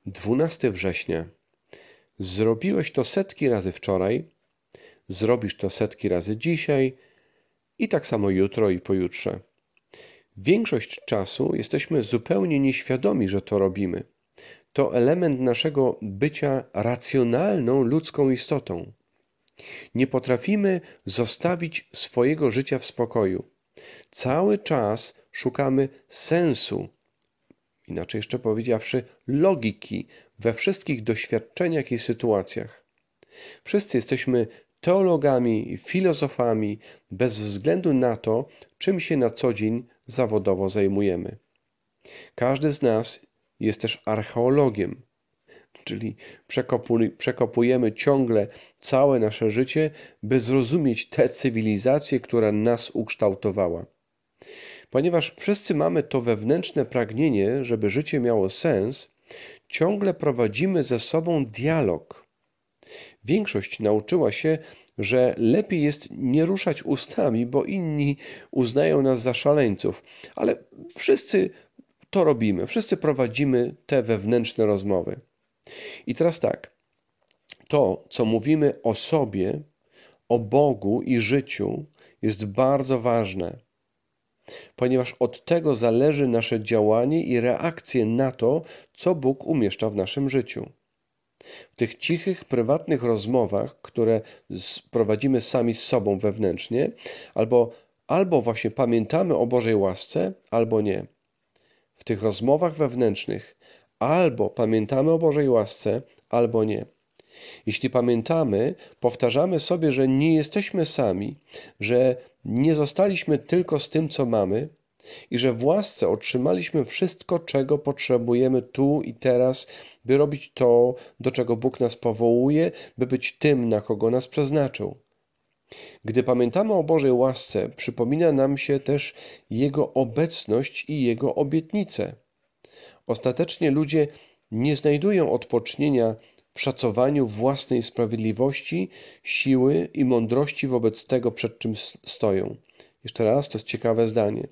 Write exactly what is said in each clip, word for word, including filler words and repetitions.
dwunastego września. Zrobiłeś to setki razy wczoraj, zrobisz to setki razy dzisiaj i tak samo jutro i pojutrze. Większość czasu jesteśmy zupełnie nieświadomi, że to robimy. To element naszego bycia racjonalną ludzką istotą. Nie potrafimy zostawić swojego życia w spokoju. Cały czas szukamy sensu, inaczej jeszcze powiedziawszy, logiki we wszystkich doświadczeniach i sytuacjach. Wszyscy jesteśmy teologami, filozofami, bez względu na to, czym się na co dzień zawodowo zajmujemy. Każdy z nas jest też archeologiem, czyli przekopujemy ciągle całe nasze życie, by zrozumieć tę cywilizację, która nas ukształtowała. Ponieważ wszyscy mamy to wewnętrzne pragnienie, żeby życie miało sens, ciągle prowadzimy ze sobą dialog. Większość nauczyła się, że lepiej jest nie ruszać ustami, bo inni uznają nas za szaleńców. Ale wszyscy to robimy, wszyscy prowadzimy te wewnętrzne rozmowy. I teraz tak, to, co mówimy o sobie, o Bogu i życiu, jest bardzo ważne, ponieważ od tego zależy nasze działanie i reakcje na to, co Bóg umieszcza w naszym życiu. W tych cichych, prywatnych rozmowach, które prowadzimy sami z sobą wewnętrznie, albo, albo właśnie pamiętamy o Bożej łasce, albo nie. W tych rozmowach wewnętrznych albo pamiętamy o Bożej łasce, albo nie. Jeśli pamiętamy, powtarzamy sobie, że nie jesteśmy sami, że nie zostaliśmy tylko z tym, co mamy i że w łasce otrzymaliśmy wszystko, czego potrzebujemy tu i teraz, by robić to, do czego Bóg nas powołuje, by być tym, na kogo nas przeznaczył. Gdy pamiętamy o Bożej łasce, przypomina nam się też Jego obecność i Jego obietnice. Ostatecznie ludzie nie znajdują odpocznienia w szacowaniu własnej sprawiedliwości, siły i mądrości wobec tego, przed czym stoją. Jeszcze raz, to jest ciekawe zdanie.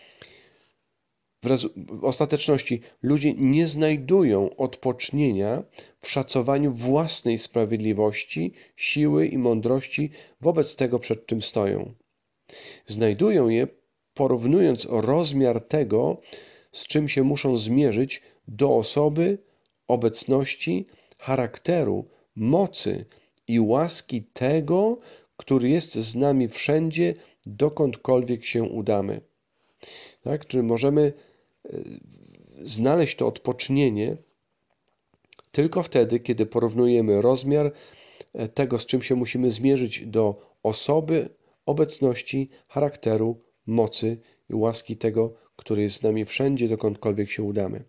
W, w ostateczności ludzie nie znajdują odpocznienia w szacowaniu własnej sprawiedliwości, siły i mądrości wobec tego, przed czym stoją. Znajdują je, porównując rozmiar tego, z czym się muszą zmierzyć, do osoby, obecności, charakteru, mocy i łaski tego, który jest z nami wszędzie, dokądkolwiek się udamy. Tak? Czyli możemy znaleźć to odpocznienie tylko wtedy, kiedy porównujemy rozmiar tego, z czym się musimy zmierzyć, do osoby, obecności, charakteru, mocy i łaski tego, który jest z nami wszędzie, dokądkolwiek się udamy.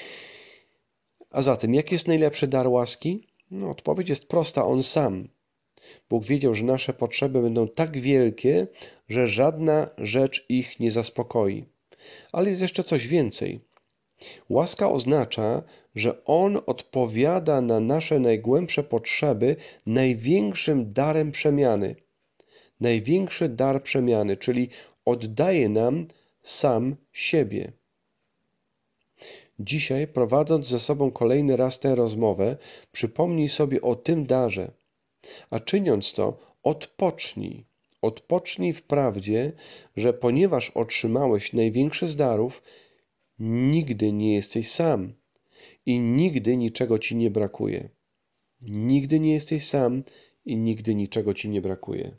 A zatem, jaki jest najlepszy dar łaski? No, odpowiedź jest prosta, on sam. Bóg wiedział, że nasze potrzeby będą tak wielkie, że żadna rzecz ich nie zaspokoi. Ale jest jeszcze coś więcej. Łaska oznacza, że On odpowiada na nasze najgłębsze potrzeby największym darem przemiany. Największy dar przemiany, czyli oddaje nam sam siebie. Dzisiaj, prowadząc ze sobą kolejny raz tę rozmowę, przypomnij sobie o tym darze, a czyniąc to, odpocznij. Odpocznij w prawdzie, że ponieważ otrzymałeś największy z darów, nigdy nie jesteś sam i nigdy niczego ci nie brakuje. Nigdy nie jesteś sam i nigdy niczego ci nie brakuje.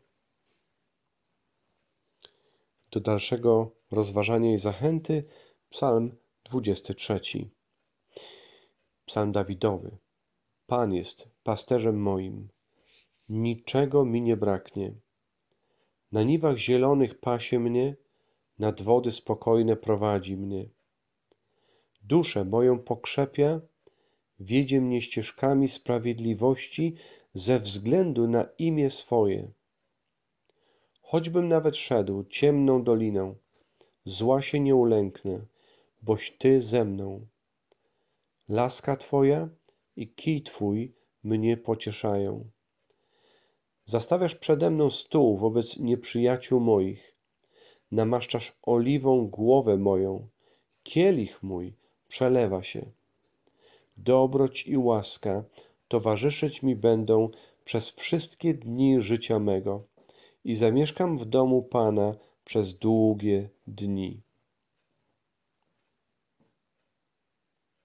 Do dalszego rozważania i zachęty Psalm dwudziesty trzeci. Psalm Dawidowy. Pan jest pasterzem moim, niczego mi nie braknie. Na niwach zielonych pasie mnie, nad wody spokojne prowadzi mnie. Duszę moją pokrzepia, wiedzie mnie ścieżkami sprawiedliwości ze względu na imię swoje. Choćbym nawet szedł ciemną doliną, zła się nie ulęknę, boś Ty ze mną. Laska Twoja i kij Twój mnie pocieszają. Zastawiasz przede mną stół wobec nieprzyjaciół moich. Namaszczasz oliwą głowę moją. Kielich mój przelewa się. dobroć i łaska towarzyszyć mi będą przez wszystkie dni życia mego i zamieszkam w domu Pana przez długie dni.